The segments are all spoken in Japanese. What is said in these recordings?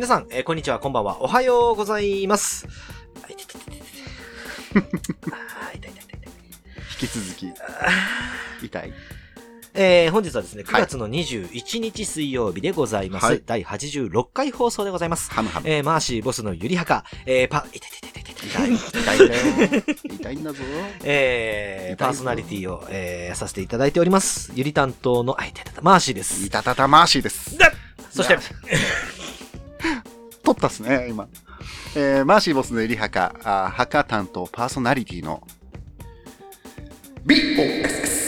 さん、こんにちは、こんばんは、おはようございます。 引き続き痛い。 本日はですね、9月の21日水曜日でございます。はい、第86回放送でございます。 ハムハム。 マーシーボスのゆりはか、痛いんだぞ。 パーソナリティを、させていただいております。ゆり担当の、マーシーです。 マーシーです。 そして、 撮ったっすね、今。マーシーボスのゆりはか、はか担当パーソナリティの BOSS。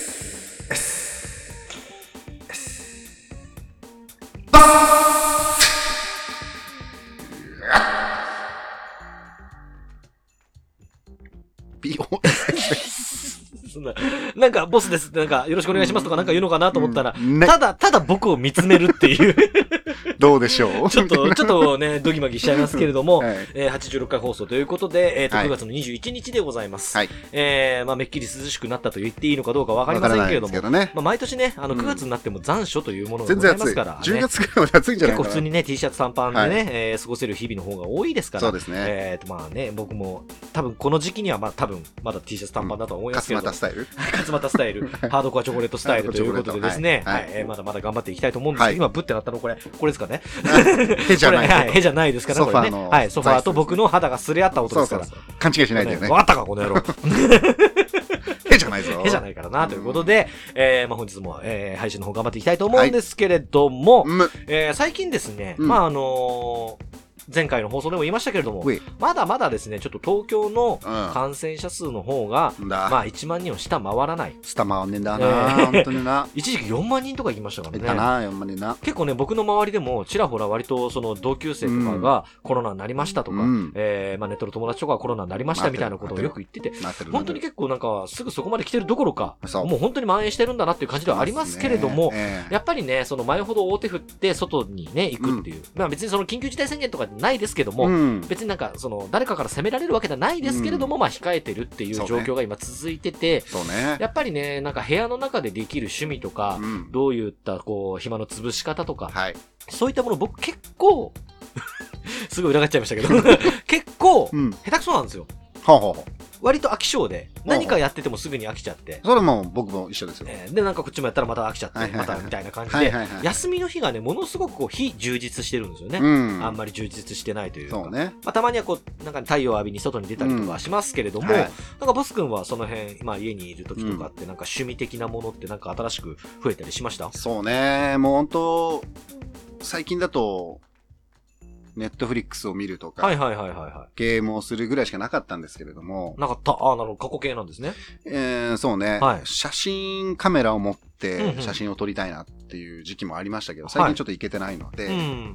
なんかボスですってなんかよろしくお願いしますとかなんか言うのかなと思ったら、ただ僕を見つめるっていうどうでしょうちょっとねドギマギしちゃいますけれども、はい、86回放送ということで、9月の21日でございます。はい、めっきり涼しくなったと言っていいのかどうかわかりませんけれども、ね、毎年ね9月になっても残暑というものがございますから、ね、 10月くらいまで暑いんじゃないかな。 結構普通にね T シャツ短パンでね、はい、過ごせる日々の方が多いですから、 そうですね。 僕も多分この時期にはまだ T シャツ短パンだと思いますけど、 勝俣スタイルハードコアチョコレートスタイルということでですね、まだまだ頑張っていきたいと思うんですけど、今ブってなったのこれですかね。 へじゃない。 へじゃないですからね。これね。はい、ソファーと僕の肌がすれ合った音ですから。 勘違いしないでよね。 わかったかこの野郎。 へじゃないぞ。 へじゃないからなということで、本日も配信の方頑張っていきたいと思うんですけれども、最近ですね、前回の放送でも言いましたけれども、まだまだですね、ちょっと東京の感染者数の方が、1万人を下回らない。 下回んねんだな、本当にな。 一時期4万人とか行きましたからね。 いたな、4万人な。 結構ね、僕の周りでも、ちらほら割とその同級生とかがコロナになりましたとか、ネットの友達とかコロナになりましたみたいなことをよく言ってて、本当に結構なんか、すぐそこまで来てるどころか、もう本当に蔓延してるんだなっていう感じではありますけれども、やっぱりね、その前ほど大手振って外にね、行くっていう。別にその緊急事態宣言とかないですけども、別になんかその誰かから責められるわけではないですけれども、控えてるっていう状況が今続いてて、やっぱりね、なんか部屋の中でできる趣味とか、どういったこう暇の潰し方とか、そういったもの僕結構すごい裏返っちゃいましたけど結構下手くそなんですよ。割と飽き性で何かやっててもすぐに飽きちゃって、 それも僕も一緒ですよ。 でなんかこっちもやったらまた飽きちゃってまたみたいな感じで、休みの日がねものすごくこう非充実してるんですよね。あんまり充実してないというか、たまにはこうなんか太陽浴びに外に出たりとかしますけれども、なんかボス君はその辺家にいる時とかってなんか趣味的なものってなんか新しく増えたりしました？ そうね、もう本当最近だとネットフリックスを見るとか、ゲームをするぐらいしかなかったんですけれども。 なかった。なるほど。過去形なんですね。 そうね。写真カメラを持って写真を撮りたいなっていう時期もありましたけど、最近ちょっと行けてないので、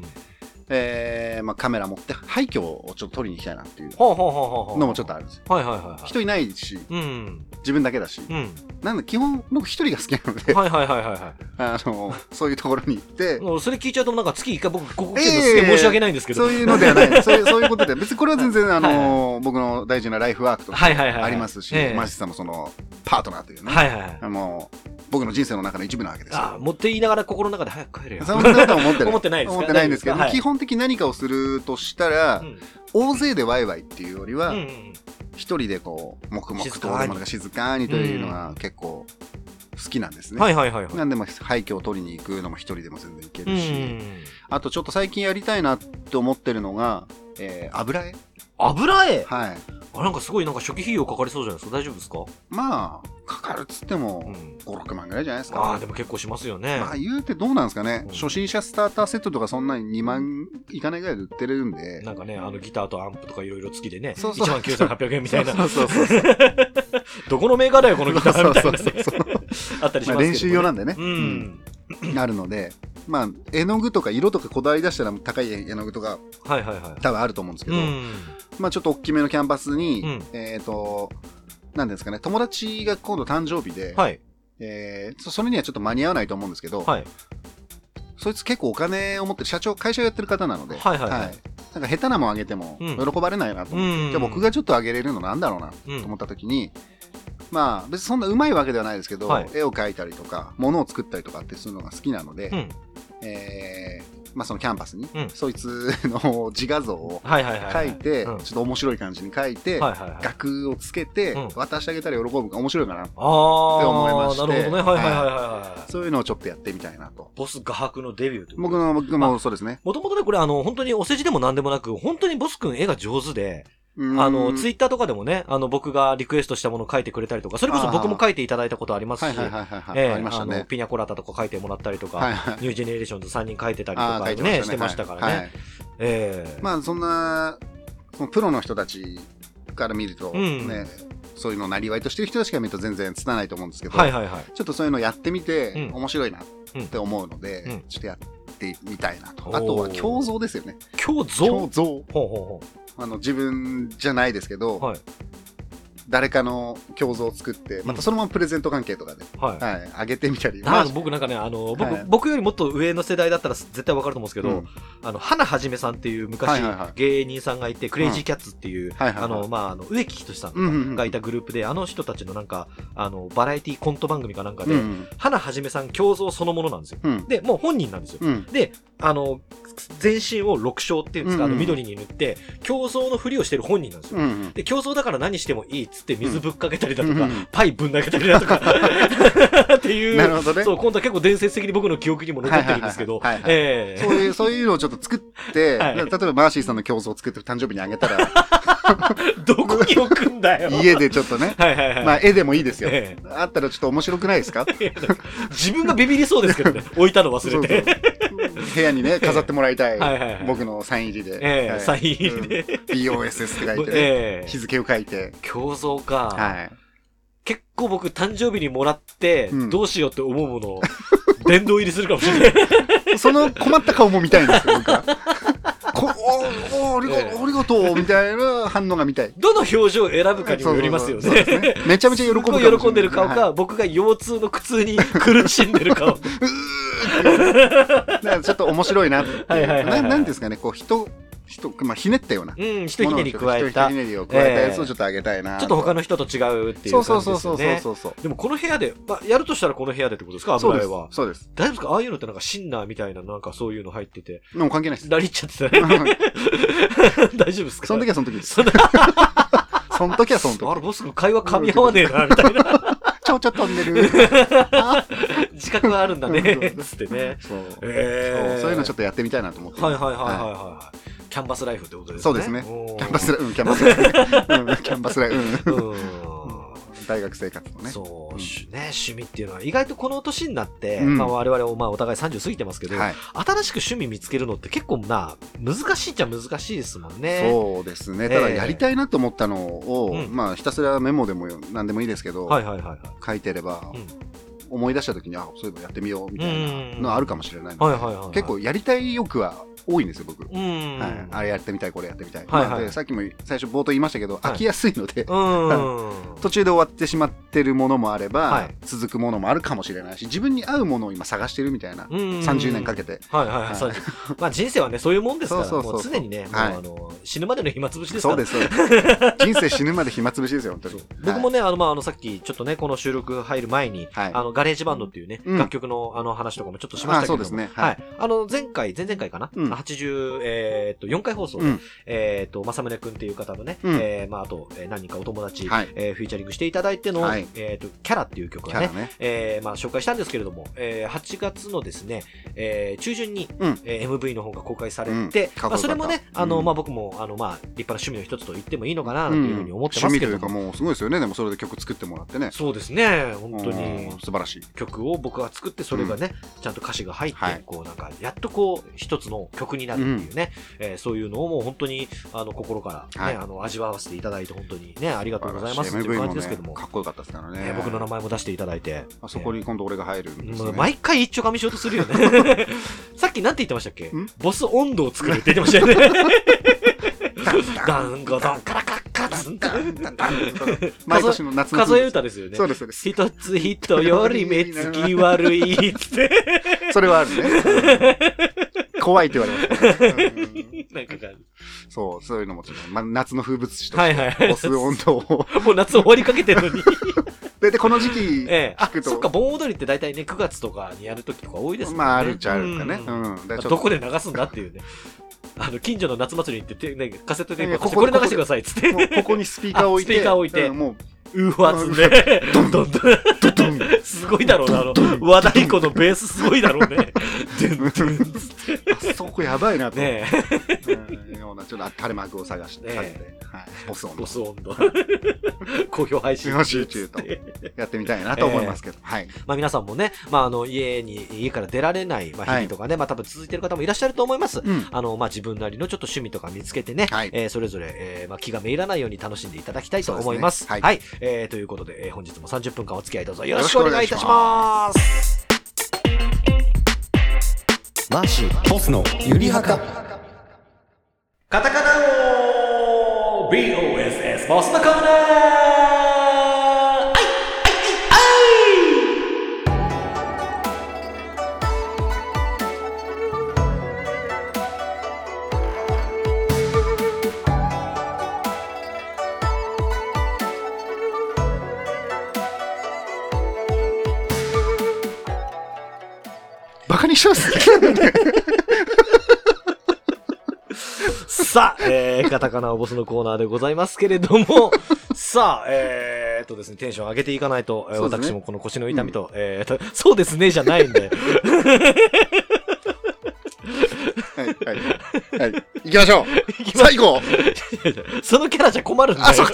カメラ持って廃墟をちょっと撮りに行きたいなっていうのもちょっとあるんですよ。人いないし、自分だけだし、なんで基本僕一人が好きなので、そういうところに行って、 それ聞いちゃうとなんか月1回僕ここ来てるのすげえ申し訳ないんですけど、 そういうのではない。そういうことで別にこれは全然僕の大事なライフワークとかありますし、マジさんもそのパートナーというね、もう僕の人生の中の一部なわけですよ。 持って言いながら心の中で早く帰れよ。 そんなことは思ってないですか？ 思ってないんですけど、基本的に何かをするとしたら、大勢でワイワイっていうよりは、一人でこう黙々と静かにというのが結構好きなんですね。なんで廃墟を取りに行くのも一人でも全然行けるし、あとちょっと最近やりたいなって思ってるのが、油絵。 油絵？ はい。 なんかすごいなんか初期費用かかりそうじゃないですか。大丈夫ですか？ まあかかるっつっても5、6万ぐらいじゃないですか。 でも結構しますよね。 言うてどうなんですかね。初心者スターターセットとかそんなに2万いかないぐらいで売ってるんで。 なんかね、ギターとアンプとかいろいろ付きでね、19,800円みたいな。どこのメーカーだよこのギターみたいなね。あったりしますけど。 練習用なんでね。あるので、絵の具とか色とかこだわり出したら高い絵の具とか多分あると思うんですけど、ちょっと大きめのキャンバスになんですかね、友達が今度誕生日で、それにはちょっと間に合わないと思うんですけど、そいつ結構お金を持ってる会社をやってる方なので、なんか下手なもんあげても喜ばれないなと思って、じゃあ僕がちょっとあげれるのなんだろうなと思った時に、別にそんな上手いわけではないですけど、絵を描いたりとか物を作ったりとかってするのが好きなので、 まあそのキャンパスに、そいつの自画像を書いて、ちょっと面白い感じに書いて、額をつけて、渡してあげたら喜ぶが面白いかなって思いまして。 なるほどね。 そういうのをちょっとやってみたいなと。 ボス画伯のデビューという僕もそうですね。 もともとね、これ本当にお世辞でも何でもなく、本当にボス君絵が上手で、ツイッターとかでもね、僕がリクエストしたものを書いてくれたりとか、それこそ僕も書いていただいたことありますし、ありましたね。ピニャコラタとか書いてもらったりとか、ニュージェネレーションズ3人書いてたりとかね、してましたからね。 まあそんな、プロの人たちから見ると、ね、そういうのをなりわいとしてる人たちから見ると全然つたないと思うんですけど、ちょっとそういうのやってみて、面白いなって思うので、ちょっとやってみたいなと。あとは胸像ですよね。 胸像自分じゃないですけど、誰かの胸像を作って、またそのままプレゼント関係とかで、あげてみたり。 僕なんかね、僕よりもっと上の世代だったら絶対わかると思うんですけど、花はじめさんっていう昔、芸人さんがいて、クレイジーキャッツっていう、植木仁さんがいたグループで、あの人たちのなんか、バラエティコント番組かなんかで、花はじめさん胸像そのものなんですよ。で、もう本人なんですよ。で、全身を6章っていうんですか、緑に塗って、胸像のふりをしてる本人なんですよ。で、胸像だから何してもいいっつって水ぶっかけたりだとか、パイぶん投げたりだとか、っていう。 なるほどね。 そう、今度は結構伝説的に僕の記憶にも残ってるんですけど、 そういうのをちょっと作って、例えばマーシーさんの胸像を作って誕生日にあげたら、 どこに置くんだよ。 家でちょっとね、まあ絵でもいいですよ。あったらちょっと面白くないですか？ 自分がビビりそうですけどね、置いたの忘れて。 部屋にね、飾ってもらいたい。僕のサイン入りで。 サイン入りで。 BOSS って書いて、日付を書いて。 胸像か。結構僕誕生日にもらって、どうしようって思うものを、殿堂入りするかもしれない。 その困った顔も見たいんですよ、僕は。ありがとうみたいな反応が見たい。 どの表情を選ぶかにもよりますよね。 めちゃめちゃ喜んでる顔か、僕が腰痛の苦痛に苦しんでる顔。 ちょっと面白いな。なんですかね、こうまあ、ひねったような。 ひとひねり加えた。 ひとひねりを加えたやつをちょっとあげたいな。 ちょっと他の人と違うっていう感じですよね。でもこの部屋で、やるとしたらこの部屋でってことですか、油絵は。 そうです。 大丈夫ですか？ああいうのってなんかシンナーみたいな、なんかそういうの入ってて。 もう関係ないです。 ラリっちゃってたね。大丈夫ですか？ その時はその時です。その時はその時。 あれ、ボスの会話噛み合わねえな、みたいな。 ちょ飛んでる。 自覚はあるんだね。つってね。 そういうのちょっとやってみたいなと思って。 キャンバスライフってことですね。 そうですね。キャンバスライフ。キャンバスライフ。大学生活のね。 そう、趣味っていうのは意外とこの年になって、我々お互い30過ぎてますけど、新しく趣味見つけるのって結構難しいっちゃ難しいですもんね。 そうですね。ただやりたいなと思ったのを、ひたすらメモでも何でもいいですけど、書いてれば、思い出した時に、そういえばやってみようみたいなのあるかもしれないので、結構やりたい欲は多いんですよ、僕。あれやってみたい、これやってみたい。さっきも最初冒頭言いましたけど、飽きやすいので、途中で終わってしまってるものもあれば、続くものもあるかもしれないし、自分に合うものを今探してるみたいな、30年かけて。 まあ人生はね、そういうもんですから、常にね、死ぬまでの暇つぶしですから。 そうです。人生死ぬまで暇つぶしですよ、本当に。 僕もね、さっきちょっとね、この収録入る前に、ガレージバンドっていうね、楽曲の話とかもちょっとしましたけども、前々回かな、84回放送で、正宗くんっていう方のね、あと、何人かお友達、フューチャリングしていただいての、キャラっていう曲がね、紹介したんですけれども、8月のですね、中旬に、MV の方が公開されて、それもね、僕も、立派な趣味の一つと言ってもいいのかな、というふうに思ってますけれども。 趣味というかもうすごいですよね、でもそれで曲作ってもらってね。 そうですね、本当に。 素晴らしい。 曲を僕が作って、それがね、ちゃんと歌詞が入って、こう、なんか、やっとこう、一つの曲になるっていうね、そういうのをもう本当に、心からね、味わわせていただいて、本当にね、ありがとうございますっていう感じですけども。 かっこよかったですからね。 僕の名前も出していただいて。 そこに今度俺が入るんですね。 毎回一丁噛みしようとするよね。さっきなんて言ってましたっけ？ボス温度を作るって言ってましたよね。ダンゴドンカラカッカツンダンダンダン。 毎年の夏の数え歌ですよね。 そうです、そうです。 一つ人より目つき悪いっつって。 それはあるね。怖いって言われました。 なんかそういうのもちょっと、夏の風物詩として、ボス温度を。 もう夏終わりかけてるのに。 でこの時期聞くと、 そっか、盆踊りって大体ね9月とかにやる時とか多いですもんね。 まああるっちゃあるかね。 どこで流すんだっていうね。近所の夏祭りに行って、ね、カセットテープこれ流してくださいっつって。 ここにスピーカー置いて、 もう、ウーファーツで、どんどんどん。すごいだろうな、和太鼓のベースすごいだろうね。 あそこやばいなと。 ねようなちょっと垂れ幕を探して、ボス音頭。 好評配信中とやってみたいなと思いますけど。 まあ皆さんもね、まあ家から出られない日々とかね、まあ多分続いてる方もいらっしゃると思います。まあ自分なりのちょっと趣味とか見つけてね、それぞれ気がめいらないように楽しんでいただきたいと思います。はい。ということで本日も30分間お付き合いどうぞよろしくお願いいたします。 マーシーボスのゆりはか。 カタカナを BOSS ボスのコーナー。 バカにしてますさあ、カタカナをボスのコーナーでございますけれども、さあ、ですね、テンション上げていかないと、私もこの腰の痛みと、そうですね、じゃないんで。 はい。行きましょう。最後そのキャラじゃ困るんだよ。 そう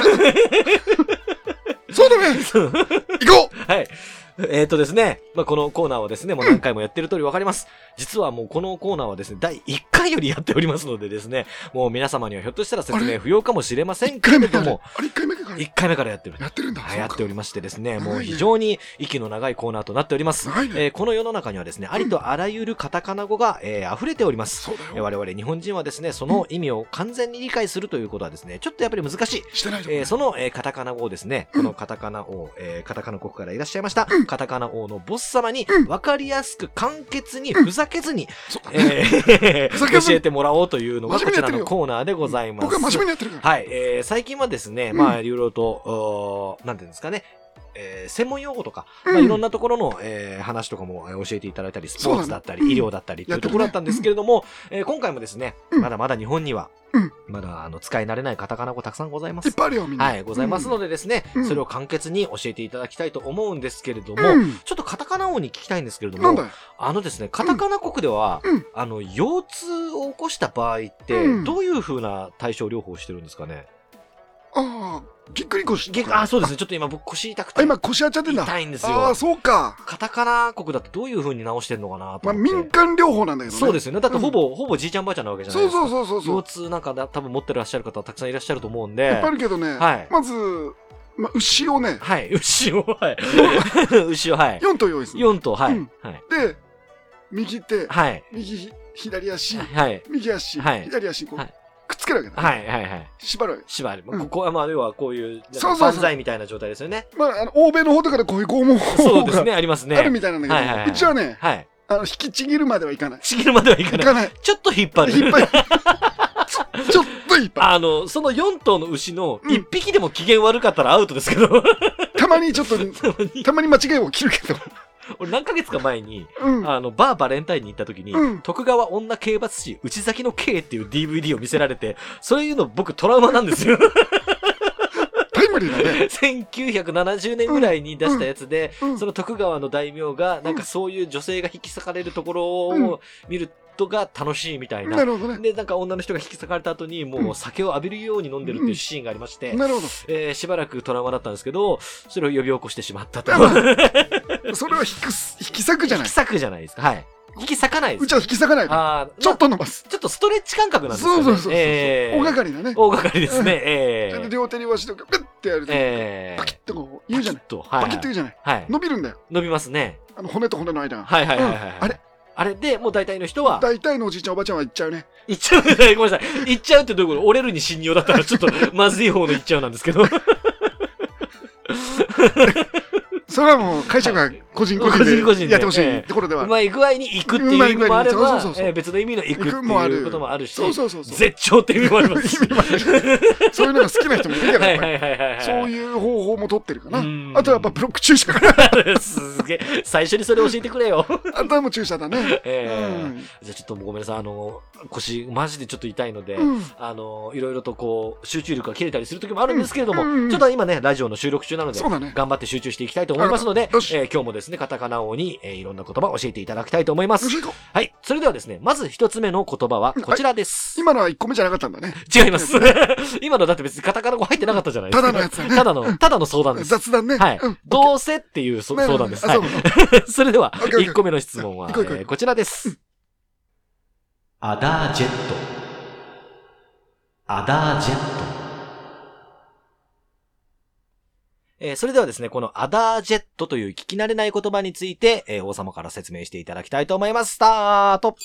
だね行こうはい。ですね、まあ、このコーナーはですね、もう何回もやってる通りわかります。実はもうこのコーナーはですね、第1回よりやっておりますのでですね、もう皆様にはひょっとしたら説明不要かもしれませんけれども、1回目からやってる。 やってるんだ。 やっておりましてですね、もう非常に息の長いコーナーとなっております。この世の中にはですね、ありとあらゆるカタカナ語が溢れております。我々日本人はですね、その意味を完全に理解するということはですね、ちょっとやっぱり難しい。そのカタカナ語をですね、このカタカナ王、カタカナ国からいらっしゃいました、カタカナ王のボス様に分かりやすく簡潔にふざけずに、教えてもらおうというのがこちらのコーナーでございます。 僕は真面目にやってるから。 はい。最近はですね、まあいろいろと、なんていうんですかね、専門用語とか、まあ、いろんなところの、話とかも教えていただいたり、スポーツだったり、医療だったりというところだったんですけれども、今回もですね、まだまだ日本には、まだ使い慣れないカタカナ語たくさんございます。 いっぱいあるよ、みんな。 はい、ございますのでですね、それを簡潔に教えていただきたいと思うんですけれども、ちょっとカタカナ王に聞きたいんですけれども、ですね、カタカナ国では、腰痛を起こした場合って、どういう風な対処療法をしてるんですかね？ ぎっくり腰。 そうですね。ちょっと今僕腰痛くて。 今腰やっちゃってんだ。 痛いんですよ。 そうか。 カタカナ国だとどういう風に治してんのかなと思って。 まあ民間療法なんだけどね。 そうですよね。だってほぼじいちゃんばあちゃんなわけじゃないですか。 そう。 腰痛なんか多分持ってらっしゃる方たくさんいらっしゃると思うんで。 いっぱいあるけどね。まず、牛をね。 はい。牛を、はい。牛を、はい。 4頭用意する。 4頭、はい。 で、右手。 はい。 左足。 はい。 右足。左足。くっつけるわけだ。 はい。 縛る。 ここはまあ要はこういう万歳みたいな状態ですよね。 まあ欧米の方とかでこういう拷問法そうですね、ありますね。 あるみたいなんだけど、うちはね、引きちぎるまではいかない。 ちぎるまではいかない。ちょっと引っ張る。 ちょっと引っ張る。その4頭の牛の1匹でも機嫌悪かったらアウトですけど。 たまにちょっと、たまに間違い起きるけど。 俺何ヶ月か前に、バレンタインに行った時に、徳川女刑罰師内崎の刑っていう DVD を見せられて、そういうの僕トラウマなんですよ。 タイムリーだね。 1970年ぐらいに出したやつで、その徳川の大名が、なんかそういう女性が引き裂かれるところを見るとが楽しいみたいな。 なるほどね。 で、なんか女の人が引き裂かれた後に、もう酒を浴びるように飲んでるっていうシーンがありまして、 なるほど。しばらくトラウマだったんですけど、それを呼び起こしてしまったと。 それは引き裂くじゃない。 引き裂くじゃないですか。はい。引き裂かないです。 うちは引き裂かない。ちょっと伸ばす。 ちょっとストレッチ感覚なんですよね。 そう。大掛かりだね。 大掛かりですね。 両手にわしとか、グッてやると、パキッとこう言うじゃない。パキッと言うじゃない。 はい。 伸びるんだよ。 伸びますね。 骨と骨の間が。 はい。あれで、もう大体の人は。 大体のおじいちゃんおばあちゃんは行っちゃうね。 行っちゃうごめんなさい。行っちゃうってどういうこと？折れるに信用だったらちょっとまずい方の行っちゃうなんですけど。 それはもう解釈が個人でやってほしいところでは。 うまい具合に行くっていう意味もあれば、別の意味の行くっていうこともあるし、絶頂っていう意味もありますし。 そういうのが好きな人もいるから、そういう方法も取ってるかな。あとはやっぱブロック注射かな。 すげえ。最初にそれ教えてくれよ。 あとはもう注射だね。 じゃあちょっとごめんなさい。腰、マジでちょっと痛いので、いろいろとこう、集中力が切れたりする時もあるんですけれども、ちょっと今ね、ラジオの収録中なので、頑張って集中していきたいと思いますので、今日もですね、カタカナ王に、いろんな言葉を教えていただきたいと思います。はい。それではですね、まず一つ目の言葉はこちらです。 今のは1個目じゃなかったんだね。 違います。今のだって別にカタカナ語入ってなかったじゃないですか。 ただのやつだね。 ただの相談です。 雑談ね。 はい。どうせっていう相談です。はい。それでは、1個目の質問は、こちらです。アダージェット。アダージェット。それではですね、このアダージェットという聞き慣れない言葉について、王様から説明していただきたいと思います。スタート。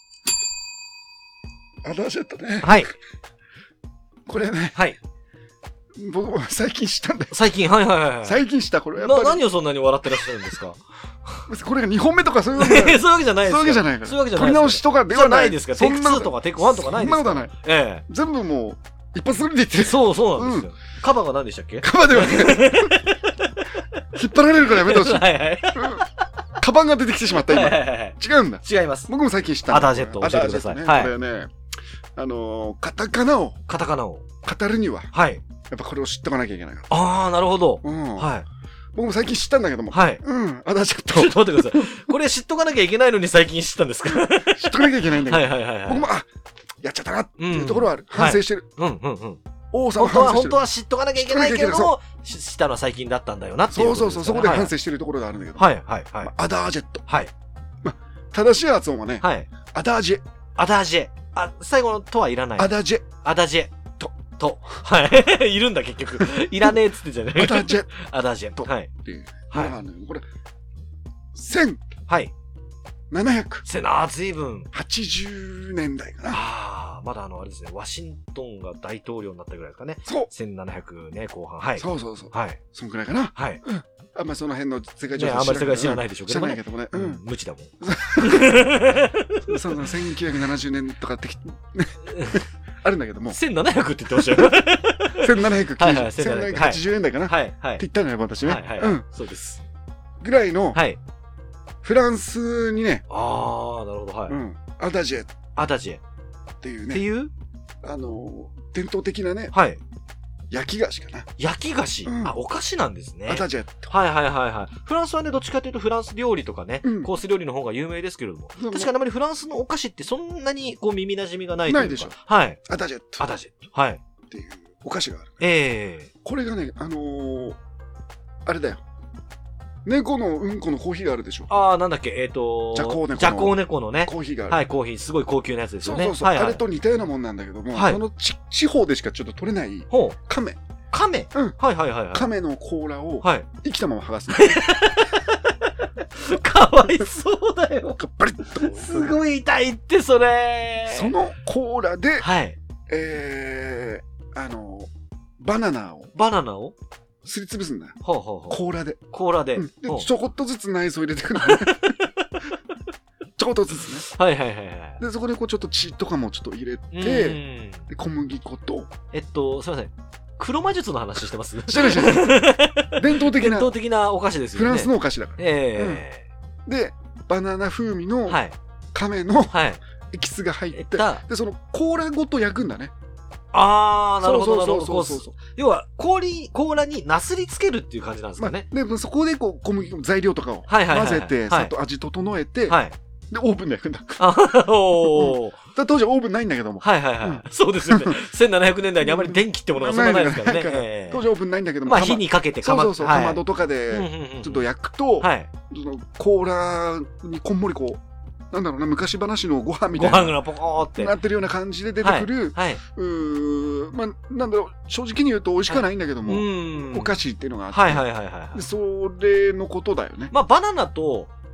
アダージェットね。 はい。 これね。 はい。 僕も最近知ったんだよ。 最近、はいはいはい。 最近知った、これやっぱり。 何をそんなに笑ってらっしゃるんですか？ これが2本目とかそういうわけじゃない。そういうわけじゃないです。 そういうわけじゃないから。 そういうわけじゃない。 取り直しとかではないですか。テイク2とかテイク1とかないですか。 そんなことはない。全部もう、一発撮りで言ってる。 そうなんですよ。カバーが何でしたっけ？ カバーではね。引っ張られるからやめてほしい。 はいはい。 カバンが出てきてしまった今。違うんだ。 違います。 僕も最近知った。 アダージェット教えてください。 これね、カタカナを語るには、 はい。 やっぱこれを知っておかなきゃいけないから。 ああ、なるほど。 はい。僕も最近知ったんだけども。 はい。 アダージェット。 ちょっと待ってください。これ知っとかなきゃいけないのに最近知ったんですか？ 知っとかなきゃいけないんだけど。 はい。 僕も、やっちゃったなっていうところはある。反省してる。王様本当は知っとかなきゃいけないけども、知ったのは最近だったんだよなっていう。 そう、そこで反省してるところがあるんだけど。 はい。 アダージェット。 はい。 正しい発音はね、アダージェ。 アダージェ。最後のとはいらない。 アダージェ。 アダージェ。と。はい。いるんだ結局。いらねえっつってじゃねえ。 アダージェ。 アダージェ。 はい。これ、1000。 はい。 700。 随分。 80年代かな。 まだあれですね、ワシントンが大統領になったぐらいですかね。 そう。 1700ね、後半。はい。 そう。 はい。 そんくらいかな。 はい。 あんまりその辺の世界情報あんまり世界知らないでしょうけどね。 知らないけどもね。 無知だもん。 そう、1970年とかってあるんだけども。 1700って言ってましたよ。 1780年代かな。 はい。って言ったのよ、私ね。 はい。そうです。 ぐらいの、 はい。 フランスにね。 なるほど、はい。 アダジェ。っていうね。 っていう伝統的なね。 はい。 焼き菓子かな。 焼き菓子、お菓子なんですね。 アダジェット。 はい。フランスはね、どっちかというとフランス料理とかね、コース料理の方が有名ですけれども。確かにあまりフランスのお菓子ってそんなにこう耳馴染みがないというか。 ないでしょ。 はい。 アダジェット。 はい。 っていうお菓子がある。 これがね、あれだよ。猫のうんこのコーヒーがあるでしょ。 なんだっけ、ジャコウネコのね。 コーヒーがある。 はい、コーヒー、すごい高級なやつですよね。 そう。あれと似たようなもんなんだけども、その地方でしかちょっと取れない亀。 亀？はい。 亀の甲羅を生きたまま剥がす。 かわいそうだよ。 バリッと。 すごい痛いってそれ。 その甲羅で、バナナをすりつぶすんだよ。甲羅で。で、ちょこっとずつ内臓入れてくるのね。ちょこっとずつね。 はい。 で、そこでこうちょっと血とかもちょっと入れて、で、小麦粉と。 すいません。黒魔術の話してます？ してない。伝統的なお菓子ですよね。 フランスのお菓子だから。で、バナナ風味の亀のエキスが入って、で、その甲羅ごと焼くんだね。 なるほど。要は、甲羅になすりつけるっていう感じなんですかね。 で、そこでこう、小麦粉、材料とかを混ぜて、さっと味整えて、で、オーブンで焼くんだ。当時はオーブンないんだけども。 そうですよね。1700年代にあまり電気ってものがそんなないですからね。 当時オーブンないんだけども。 火にかけてかまどとかで、ちょっと焼くと、甲羅にこんもりこう、なんだろうな、昔話のご飯みたいな。 ご飯がポコーって。 なってるような感じで出てくる。なんだろう、正直に言うと美味しくはないんだけども、お菓子っていうのがあって。それのことだよね。 バナナと、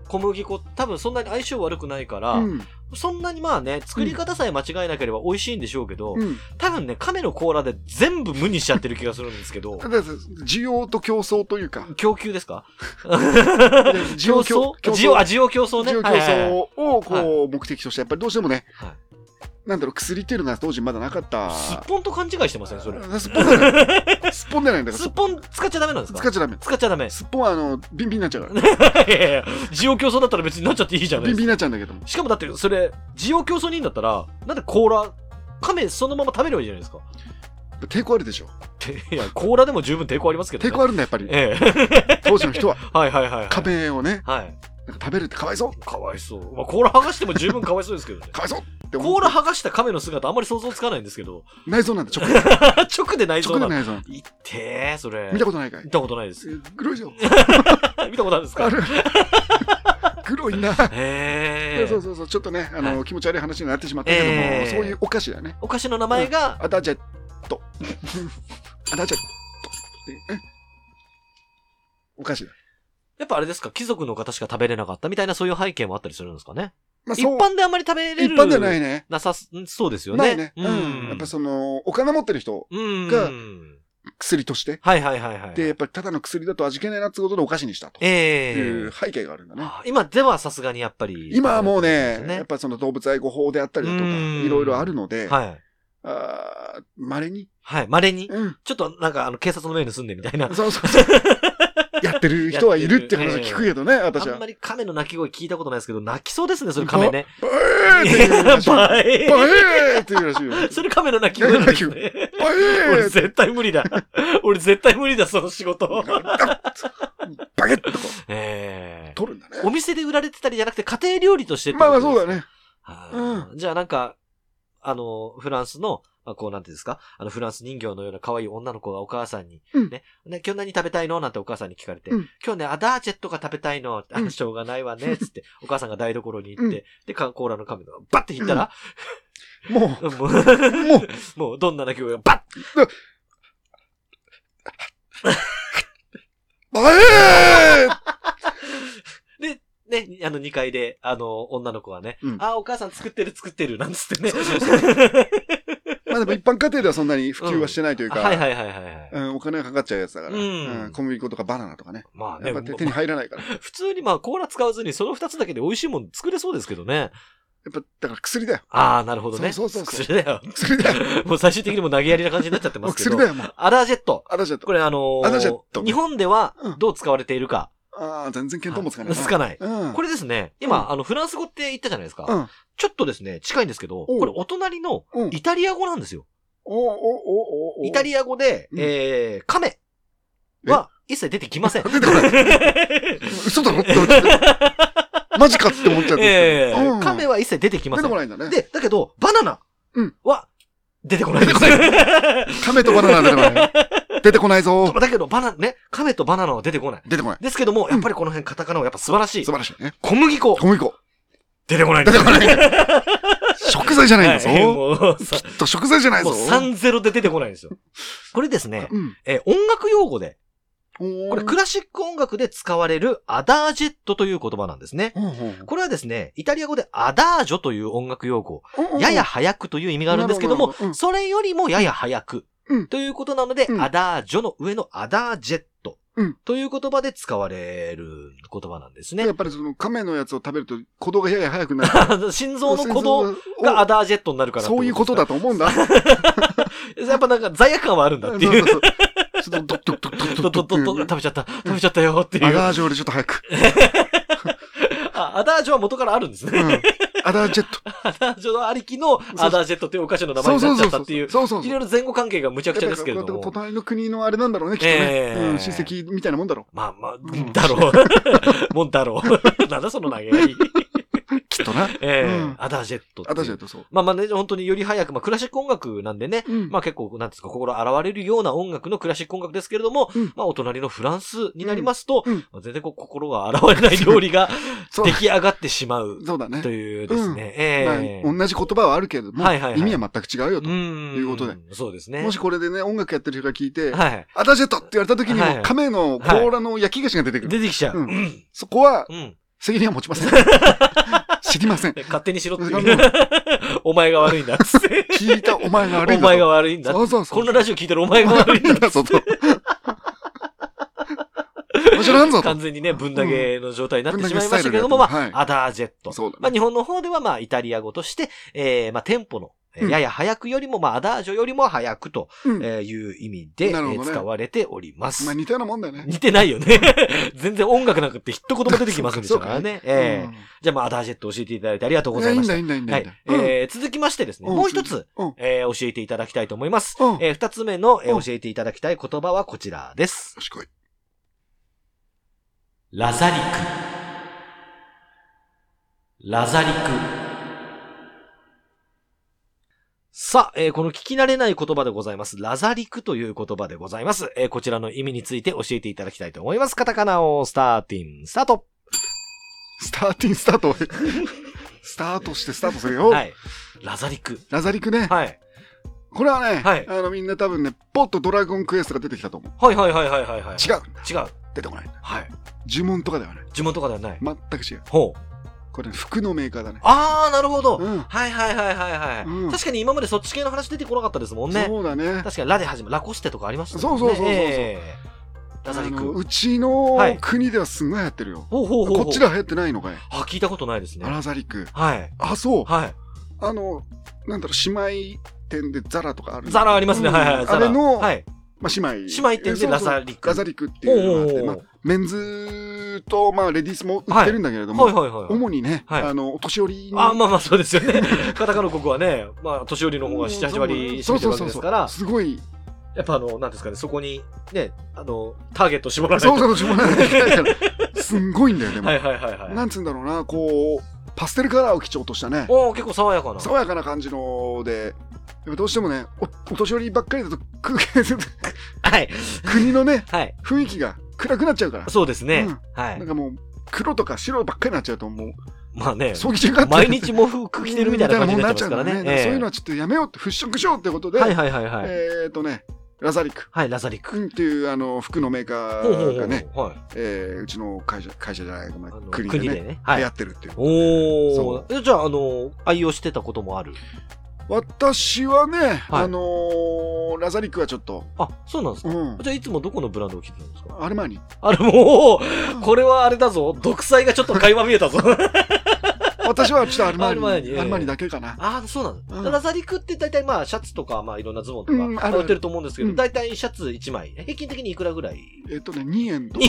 小麦粉、多分そんなに相性悪くないから、そんなにまあね、作り方さえ間違えなければ美味しいんでしょうけど、多分ね、亀の甲羅で全部無にしちゃってる気がするんですけど。 需要と競争というか。 供給ですか需要競争需要競争ね。 需要競争をこう目的として、やっぱりどうしてもね、なんだろう、薬っていうのが当時まだなかった。 すっぽんと勘違いしてませんそれ。 すっぽんじゃない。すっぽんじゃないんだから。 すっぽん使っちゃダメなんですか？ 使っちゃダメ。 使っちゃダメ。 すっぽんはビンビンになっちゃうから。 いやいや、需要競争だったら別になっちゃっていいじゃないですか。 ビンビンになっちゃうんだけども。 しかもだってそれ、需要競争にいいんだったら、なんで甲羅、亀そのまま食べればいいじゃないですか。 抵抗あるでしょ。 いや、甲羅でも十分抵抗ありますけどね。 抵抗あるんだ、やっぱり。当時の人は。 はいはいはい。 亀をね。 はい。 なんか食べるってかわいそう。 かわいそう。まあ、甲羅剥がしても十分かわいそうですけどね。 かわいそうって思う。 甲羅剥がした亀の姿あんまり想像つかないんですけど。 内臓なんだ、直で。 直で内臓なんだ。 直で内臓。 いってー、それ。 見たことないかい？ 見たことないです。 グロいじゃん。 見たことあるんですか？ ある。グロいな。 へー。 そう、ちょっとね、気持ち悪い話になってしまったけども、そういうお菓子だね。 お菓子の名前が、 アダジェット。アダジェット。お菓子だ。 やっぱあれですか、貴族の方しか食べれなかったみたいなそういう背景もあったりするんですかね。まあ、一般であんまり食べれる。 一般ではないね。 なさ、そうですよね。 ないね。やっぱお金持ってる人が薬として。 はいはいはいはい。 で、やっぱりただの薬だと味気ないなってことでお菓子にしたと。いう背景があるんだね。 今ではさすがにやっぱり。 今はもうね、やっぱ動物愛護法であったりだとか、いろいろあるので、はい。稀に。 はい、稀に。ちょっとなんか警察の目盗んでみたいな。 そう。やってる人はいるって話聞くけどね、私は。 あんまり亀の鳴き声聞いたことないですけど、鳴きそうですね、それ亀ね。 バエーって言うらしい。バエーって言うらしいよ。 それ亀の鳴き声なんですね。 バエー俺絶対無理だ。俺絶対無理だ、その仕事。 バゲッとこう。取るんだね。 お店で売られてたりじゃなくて、家庭料理としてまあそうだね。 じゃあなんか、フランスの、こうなんていうんですかフランス人形のような可愛い女の子がお母さんに、ね、今日何食べたいのなんてお母さんに聞かれて、今日ね、アダージェットが食べたいの、しょうがないわね、つって、お母さんが台所に行って、で、コーラの紙をバッて引いたら、もう、どんな鳴き声がバッで、ね、2階で、女の子はね、お母さん作ってる、なんつってね。 まあでも一般家庭ではそんなに普及はしてないというか、 はい。 お金がかかっちゃうやつだから、小麦粉とかバナナとかね。まあね。やっぱ手に入らないから。 普通にコーラ使わずにその2つだけで美味しいもの作れそうですけどね。 やっぱ、だから薬だよ。 なるほどね。 そう。 薬だよ。 薬だよ。 もう最終的にも投げやりな感じになっちゃってますけど。 薬だよ、もう。 アダージェット。 アダージェット。 これアダージェット。 日本ではどう使われているか。 全然見当もつかない。 つかない。これですね、今、フランス語って言ったじゃないですか。ちょっとですね、近いんですけど、これお隣のイタリア語なんですよ。イタリア語で、亀は一切出てきません。 出てこない。嘘だろって思っちゃって。マジかって思っちゃって。 亀は一切出てきません。 出てこないんだね。 で、だけど、バナナは出てこない。 亀とバナナ出てこない。出てこないぞ。 だけど、亀とバナナは出てこない。 出てこない。 ですけども、やっぱりこの辺カタカナはやっぱ素晴らしい。 素晴らしいね。 小麦粉。出てこない。 出てこない。食材じゃないんだぞ。もうきっと食材じゃないぞ。 もう3-0で出てこないんですよ。これですね、音楽用語で、これクラシック音楽で使われるアダージェットという言葉なんですね。これはですね、イタリア語でアダージョという音楽用語、やや早くという意味があるんですけども、それよりもやや早くということなので、アダージョの上のアダージェットという言葉で使われる言葉なんですね。 やっぱりその亀のやつを食べると鼓動がやや早くなる。 心臓の鼓動がアダージェットになるから。 そういうことだと思うんだ。 やっぱなんか罪悪感はあるんだっていう。 ちょっとドッド食べちゃったよっていう。 アダージョよりちょっと早く。 アダージョは元からあるんですね。 アダージェット。 アダージョのありきのアダージェットっていうお菓子の名前になっちゃったっていう。いろいろ前後関係がむちゃくちゃですけれども。 隣の国のあれなんだろうね、きっとね。親戚みたいなもんだろう。 まあ、だろう。もんだろう。なんだその投げやり。 きっとな。 アダージェット。 アダージェット、そう。 まあね、本当により早く、クラシック音楽なんでね、結構、なんですか、心洗われるような音楽のクラシック音楽ですけれども、お隣のフランスになりますと、全然心が洗われない料理が出来上がってしまう。そうだね。というですね。 同じ言葉はあるけれども、意味は全く違うよということで。 そうですね。 もしこれでね、音楽やってる人が聞いて、アダージェットって言われた時にも、亀の甲羅の焼き菓子が出てくる。 出てきちゃう。 そこは、 責任は持ちません。知りません。 勝手にしろっていう。お前が悪いんだっつって。 聞いたお前が悪いんだ。 お前が悪いんだ。 そうそうそう。 こんなラジオ聞いてるお前が悪いんだ。そうそう。 知らんぞと。 完全にね、ぶん投げの状態になってしまいましたけれども、まあ、アダージェット。 そうだね。 まあ、日本の方ではまあ、イタリア語として、まあ、テンポの、やや早くよりも、まあ、アダージョよりも早くという意味で、使われております。 まあ、似たようなもんだよね。 似てないよね。全然音楽なんかって一言も出てきませんでしたからね。じゃあ、まあ、アダージェット教えていただいてありがとうございました。 いいんだ。 続きましてですね、もう一つ、教えていただきたいと思います。二つ目の、教えていただきたい言葉はこちらです。 よしこい。 ラザリク。ラザリク。さあ、この聞き慣れない言葉でございます。ラザリクという言葉でございます。こちらの意味について教えていただきたいと思います。カタカナをスターティン、スタート。 スターティン、スタート。スタートしてスタートするよ。 はい。ラザリク。 ラザリクね。 はい。 これはね、 はい、 みんな多分ね、ポッとドラゴンクエストが出てきたと思う。 はい。違う。 出てこない。 はい。 呪文とかではない。 呪文とかではない。 全く違う。 ほう。 これ、ね、服のメーカーだね。 あー、なるほど。 はい。 確かに今までそっち系の話出てこなかったですもんね。 そうだね。 確かにラで始まる、ラコステとかありましたもんね。そう。 ラザリク。 うちの国ではすごい流行ってるよ。 ほう。 こっちでは流行ってないのかい？ あ、聞いたことないですね。 ラザリク。 はい。 あ、そう。 はい。 なんだろう、姉妹店でザラとかある。 ザラありますね。はい。 あれの、 はい。 まあ、姉妹店でラザリク。 ラザリクっていうのがあって、まあ、メンズと、まあ、レディースも売ってるんだけれども、主にね、お年寄りに。 まあ、そうですよね。カタカナ国はね、まあ、年寄りの方が7、8割占めてるわけですから。 すごい。 やっぱなんですかね、そこに、ね、ターゲット絞らないと。 そう、絞らないといけないから。すんごいんだよ、でも。 はい。 なんつうんだろうな、こう、パステルカラーを基調としたね。 結構爽やかな感じので、どうしてもね、お年寄りばっかりだとはい。 国のね、 はい、 雰囲気が暗くなっちゃうから。 そうですね。はい。 なんかもう、黒とか白ばっかりになっちゃうと、もう、 まあね、 毎日も服着てるみたいな感じになっちゃいますからね。 そういうのはちょっとやめようって、払拭しようってことで、ラザリク。 はい、ラザリク。 っていう服のメーカーがね、うちの会社じゃない、国でね、流行ってるっていう。 じゃあ、愛用してたこともある？ 私はね、ラザリクはちょっと。 あ、そうなんですか。じゃあいつもどこのブランドを着てたんですか？ アルマーニ。 もう、これはあれだぞ。独裁がちょっと垣間見えたぞ。 私はちょっとアルマーニだけかな。 ああ、そうなんです。ラザリクって大体まあシャツとかまあいろんなズボンとか売ってると思うんですけど、大体シャツ1枚、平均的にいくらぐらい ？2円とか。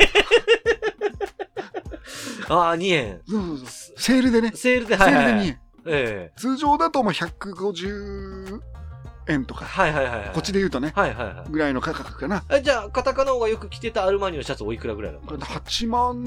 ああ、2円。 そう。セールでね。 セールで 2円。通常だともう150円とか。こっちで言うとね。ぐらいの価格かな。 じゃあ、カタカナがよく着てたアルマーニのシャツおいくらぐらいなのかな ？8万。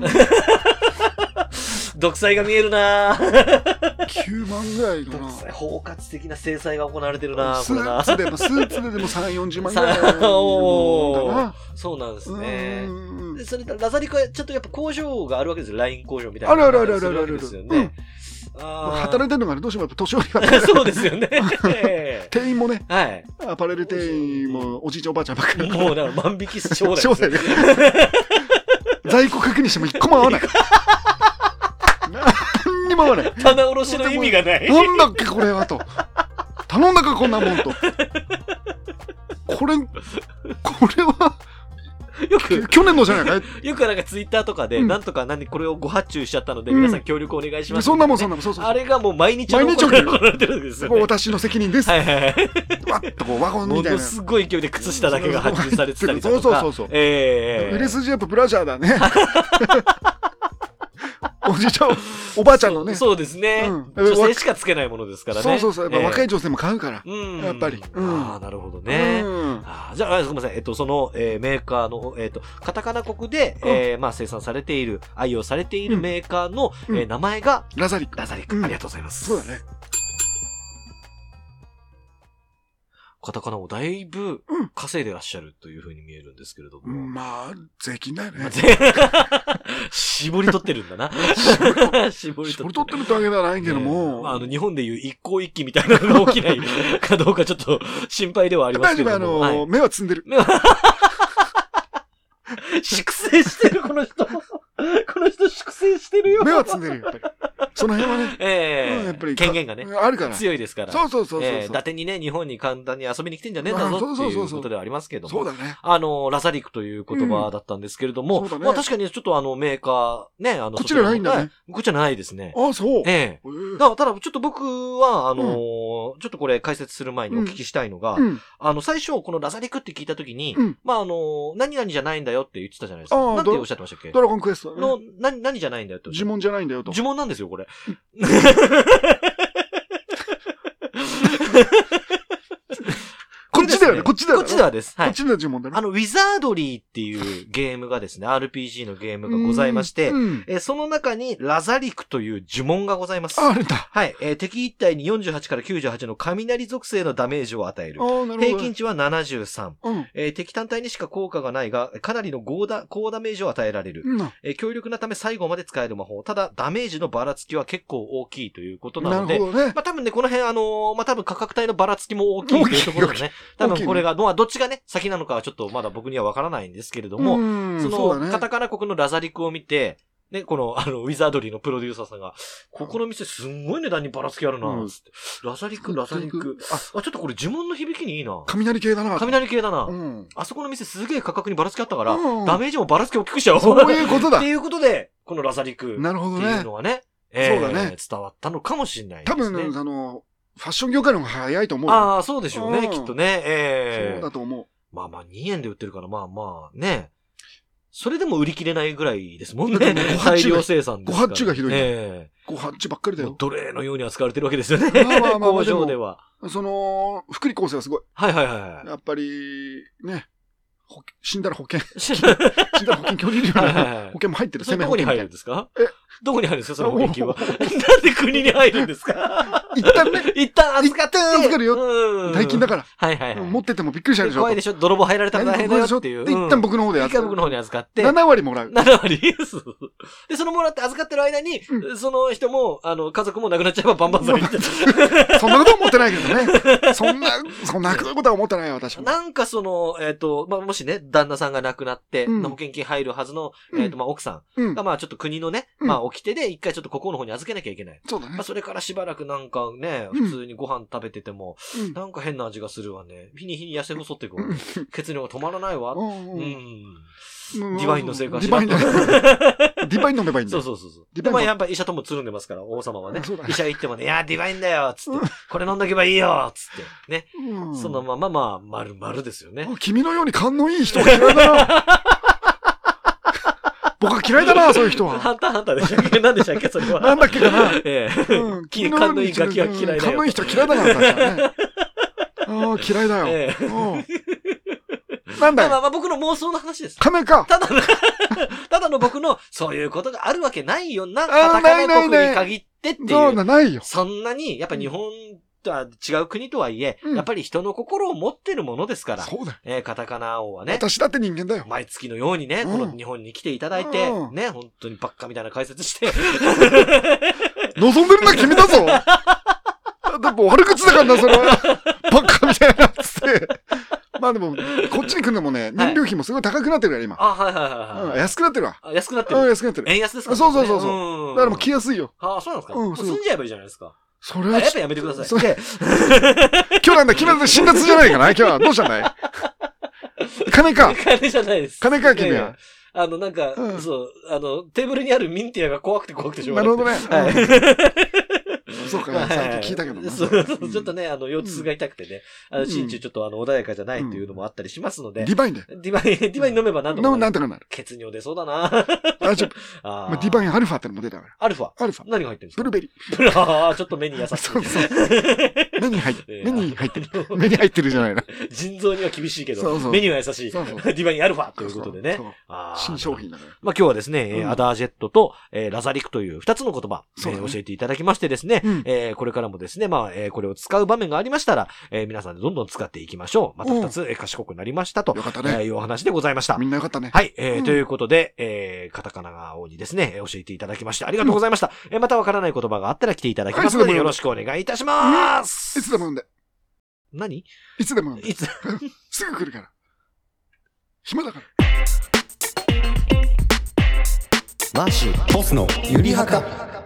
独裁が見えるな 9万ぐらいかな。 包括的な制裁が行われてるなスーツでも3、40万ぐらいかな。 そうなんですね。それラザリクはちょっとやっぱ工場があるわけですよ。ライン工場みたいな。 あるですよね。働いてるのがね、どうしてもやっぱ年寄りが。 そうですよね。 店員もね、アパレル店員もおじいちゃんおばあちゃんばっかり。 もうだから万引きし放題。 在庫確認しても1個も合わない。何にも合わない。 棚卸しの意味がない。 なんだっけこれはと。頼んだかこんなもんと。これは。去年のじゃないかよくなんかツイッターとかで、なんとかこれをご発注しちゃったので、皆さん協力お願いします。 そんなもん。 あれがもう毎日行われてるんですよ。 私の責任です。わっとこうワゴンみたいな。 ものすごい勢いで靴下だけが発注されてたりとか。 そう。売れ筋やっぱブラジャーだね。おじいちゃん、おばあちゃんのね。 そうですね。女性しかつけないものですからね。 そう。やっぱ若い女性も買うから。やっぱり。 ああ、なるほどね。じゃあ、すみません。その、メーカーの、カタカナ国で、まあ、生産されている、愛用されているメーカーの、名前が、 ラザリク。 ありがとうございます。 そうだね。 カタカナをだいぶ稼いでらっしゃるというふうに見えるんですけれども。 まあ、税金だよね。 絞り取ってるんだな。 絞り取ってるってわけではないけども。 日本でいう一向一揆みたいなのが起きないかどうかちょっと心配ではありますけども。 目は積んでる。 粛清してる、この人。この人粛清してるよ。 目は積んでるよ、やっぱり。その辺はね。 やっぱり権限がね。 あるから。 強いですから。 そう。 伊達にね、日本に簡単に遊びに来てんじゃねえんだぞっていうことではありますけども。 そうだね。 ラザリクという言葉だったんですけれども、まあ確かにちょっとメーカー、ね、 こっちじゃないんだね。 こっちじゃないですね。 あ、そう。 ただ、ちょっと僕は、ちょっとこれ解説する前にお聞きしたいのが、最初、このラザリクって聞いたときに、まあ何々じゃないんだよって言ってたじゃないですか。なんておっしゃってましたっけ？ ドラゴンクエストの、何じゃないんだよって。 呪文じゃないんだよと。 呪文なんですよ、これ。 こっちだよね、こっちだよね。 こっちではです。 はい。こっちの呪文だね。 ウィザードリーっていうゲームがですね、RPG のゲームがございまして、その中にラザリクという呪文がございます。 あるんだ。 はい。敵一体に48から98の雷属性のダメージを与える。平均値は73。敵単体にしか効果がないが、かなりの高ダメージを与えられる。強力なため最後まで使える魔法。ただ、ダメージのばらつきは結構大きいということなので、まあ多分ね、この辺まあ多分価格帯のばらつきも大きいというところでね、多分これが、どっちがね、先なのかはちょっとまだ僕にはわからないんですけれども、その、カタカナ国のラザリクを見て、ね、この、ウィザードリーのプロデューサーさんが、ここの店すんごい値段にばらつきあるな、つって。ラザリク。ちょっとこれ呪文の響きにいいな。 雷系だな。 あそこの店すげえ価格にばらつきあったから、ダメージもばらつき大きくしちゃおう。 そういうことだ。 っていうことで、このラザリク。 なるほどね。 っていうのはね、 そうだね。 伝わったのかもしれないですね。 多分、ファッション業界の方が早いと思う。 ああ、そうでしょうね、きっとね。 そうだと思う。 まあ2円で売ってるから、まあね。それでも売り切れないぐらいですもんね。大量生産ですから。 ご発注がひどい。ご発注ばっかりだよ。 奴隷のように扱われてるわけですよね。工場では。 福利厚生はすごい。 はい。 やっぱり、ね。死んだら保険協議料の保険も入ってる。 どこに入るんですか？どこに入るんですかその保険金は。なんで国に入るんですか？ 一旦ね。 一旦預かって。 預かるよ。大金だから。 はい。 持っててもびっくりしちゃうでしょ。 怖いでしょ。泥棒入られたら大変だよっていう。 で、一旦僕の方で預かって。僕の方に預かって。 7割もらう。 7割で、そのもらって預かってる間に、その人も、家族も亡くなっちゃえばバンバンされて。 そんなことは思ってないけどね。そんなことは思ってないよ、私も。 なんかもしね、旦那さんが亡くなって、保険金入るはずの、奥さんが、ちょっと国のね、掟で一回ちょっとここの方に預けなきゃいけない。 そうだね。 それからしばらくなんかね、普通にご飯食べてても、なんか変な味がするわね。日に日に痩せ細っていくわ。血尿が止まらないわ。ディバインのせいかしら。ディバイン飲めばいいんだよ。 そう。でもやっぱ医者ともつるんでますから、王様はね。医者行ってもね、いや、ディバインだよつって、これ飲んどけばいいよつって。ね。そのまま、丸ですよね。 君のように勘のいい人が嫌いだな。僕は嫌いだな、そういう人は。 ハンターでしたっけ？何でしたっけそれは。 なんだっけかな。 勘のいいガキは嫌いだよ。 勘のいい人は嫌いだな、確かね。嫌いだよ。なんだよ。 僕の妄想の話です。 金か。 ただの僕の、そういうことがあるわけないよな。カタカナ国に限ってっていう。 そうだ、ないよ。 そんなに、やっぱ日本とは違う国とはいえ、やっぱり人の心を持ってるものですから。 そうだ。 カタカナ王はね。 私だって人間だよ。 毎月のようにね、この日本に来ていただいて、ね、本当にバッカみたいな解説して。 望んでるのは君だぞ。でも悪口だからな、それは。バカみたいなっつって。まあでも、こっちに来るのもね、燃料費もすごい高くなってるから、今。 はい。 安くなってるわ。 安くなってる。 安くなってる。 円安ですか？ そう。だからもう来やすいよ。 そうなんですか？住んじゃえばいいじゃないですか。 それは。 やっぱやめてください。 今日なんだ、君は辛辣じゃないかな今日は。どうしたんだい？金か。 金じゃないです。 金か、君は。 なんか、そう、テーブルにあるミンティアが怖くてしょうがない。なるほどね。 はい。 そうか、最近聞いたけどな。 そう、ちょっとね、腰痛が痛くてね、心中ちょっと穏やかじゃないっていうのもあったりしますので。 ディバインで。 ディバイン飲めばなんとかなる。 なんとかなる。 血尿出そうだな。 大丈夫。ディバインアルファってのも出たから。 アルファ何が入ってるんですか？ ブルーベリー。ちょっと目に優しい。 そう。目に入ってる。目に入ってるじゃないな。 腎臓には厳しいけど、目には優しい。ディバインアルファということでね。 新商品だから。 今日はですね、アダージェットとラザリクという2つの言葉、教えていただきましてですね、これからもですね、これを使う場面がありましたら、皆さんでどんどん使っていきましょう。また2つ賢くなりましたと。 よかったね。 いうお話でございました。 みんなよかったね。 はい。ということで、カタカナ王にですね、教えていただきましてありがとうございました。またわからない言葉があったら来ていただきますので、よろしくお願いいたします。 いつでも呼んで。 何？ いつでも呼んで。すぐ来るから。暇だから。 マーシーボスのゆりはか。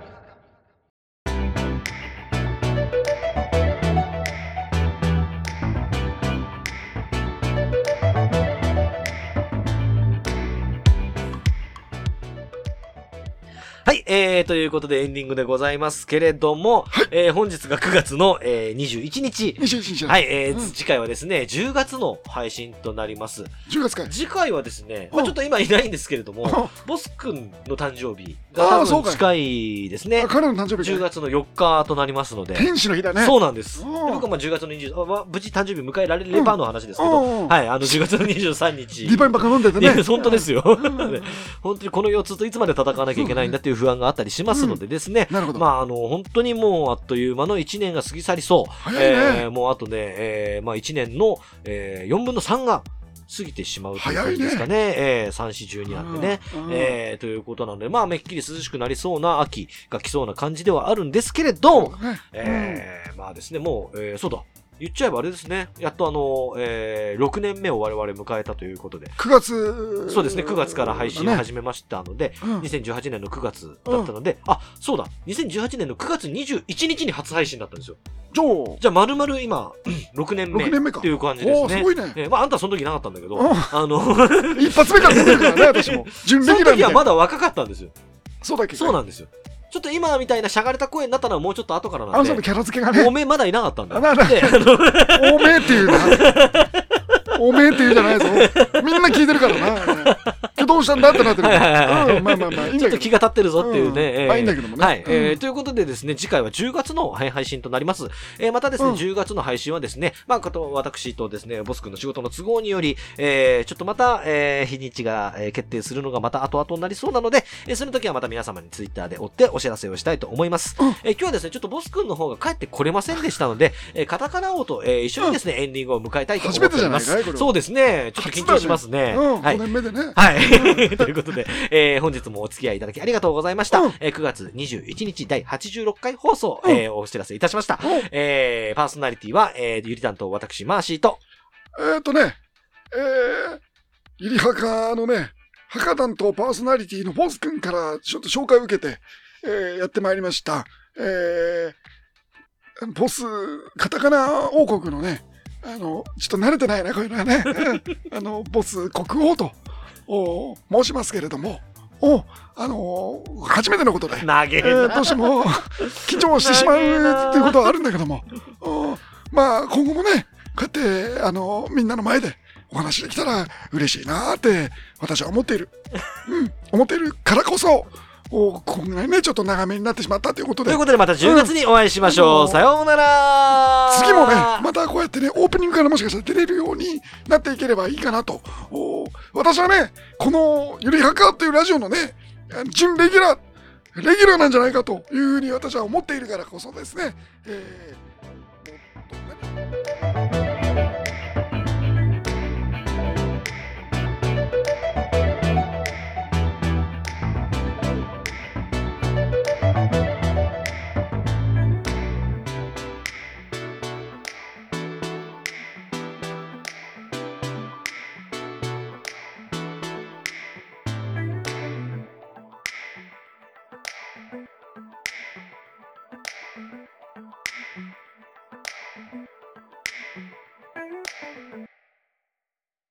はい、ということでエンディングでございますけれども、はい、本日が9月の、21日。 21日。 はい、次回はですね、10月の配信となります。 10月かい。 次回はですね、まあちょっと今いないんですけれども、ボス君の誕生日が多分近いですね。 彼の誕生日 10月の4日となりますので。 天使の日だね。 そうなんです。僕はまあ10月の20、無事誕生日迎えられればの話ですけど、はい、10月の23日。 リバインばっか飲んでてね。 本当ですよ。本当にこの4つといつまで戦わなきゃいけないんだっていう不安があったりしますのでですね。 なるほど。 まあ本当にもうあっという間の1年が過ぎ去りそう。 早いね。 もうあとね、まあ1年の、4分の3が過ぎてしまうという感じですかね。3、4、12なんでね。ということなので、まあめっきり涼しくなりそうな秋が来そうな感じではあるんですけれど、まあですね、もう、そうだ。言っちゃえばあれですね。やっと6年目を我々迎えたということで。 9月。 そうですね。9月から配信を始めましたので、2018年の9月だったので、そうだ。2018年の9月21日に初配信だったんですよ。じゃあ、丸々今、6年目っていう感じですね。 すごいね。 まあ、あんたはその時なかったんだけど、 一発目から出てるからね、私も。 準レギュラーその時はまだ若かったんですよ。 そうだっけ？ そうなんですよ。ちょっと今みたいなしゃがれた声になったのはもうちょっと後からなんで。 そのキャラ付けがね。 おめえまだいなかったんだよ。 おめえっていうな。おめえって言うじゃないぞ。みんな聞いてるからな。どうしたんだってなってる。まあ。 ちょっと気が立ってるぞっていうね。 まあいいんだけどもね。 はい。ということでですね、次回は10月の配信となります。またですね、10月の配信はですね、まあ、私とですね、ボス君の仕事の都合により、ちょっとまた、日にちが決定するのがまた後々になりそうなので、その時はまた皆様にツイッターで追ってお知らせをしたいと思います。今日はですね、ちょっとボス君の方が帰ってこれませんでしたので、カタカナ王と一緒にですね、エンディングを迎えたいと思っております。そうですね。ちょっと緊張しますね。 5年目でね。 はい。ということで、本日もお付き合いいただきありがとうございました。9月21日第86回放送、お知らせいたしました。パーソナリティは、ゆり担当私、マーシーと、 ゆりはかのね、はか担当パーソナリティのボス君からちょっと紹介を受けて、やってまいりました。ボス、カタカナ王国のね、ちょっと慣れてないね、こういうのはね。ボス国王と申しますけれども、初めてのことで、どうしても緊張してしまうっていうことはあるんだけども、まあ今後もね、こうやってみんなの前でお話できたら嬉しいなって私は思っている。思っているからこそ、こんなにね、ちょっと長めになってしまったということで。 ということでまた10月にお会いしましょう。さようなら。 次もね、またこうやってね、オープニングからもしかしたら出れるようになっていければいいかなと。私はね、このゆりはかっていうラジオのね、準レギュラーなんじゃないかというふうに私は思っているからこそですね、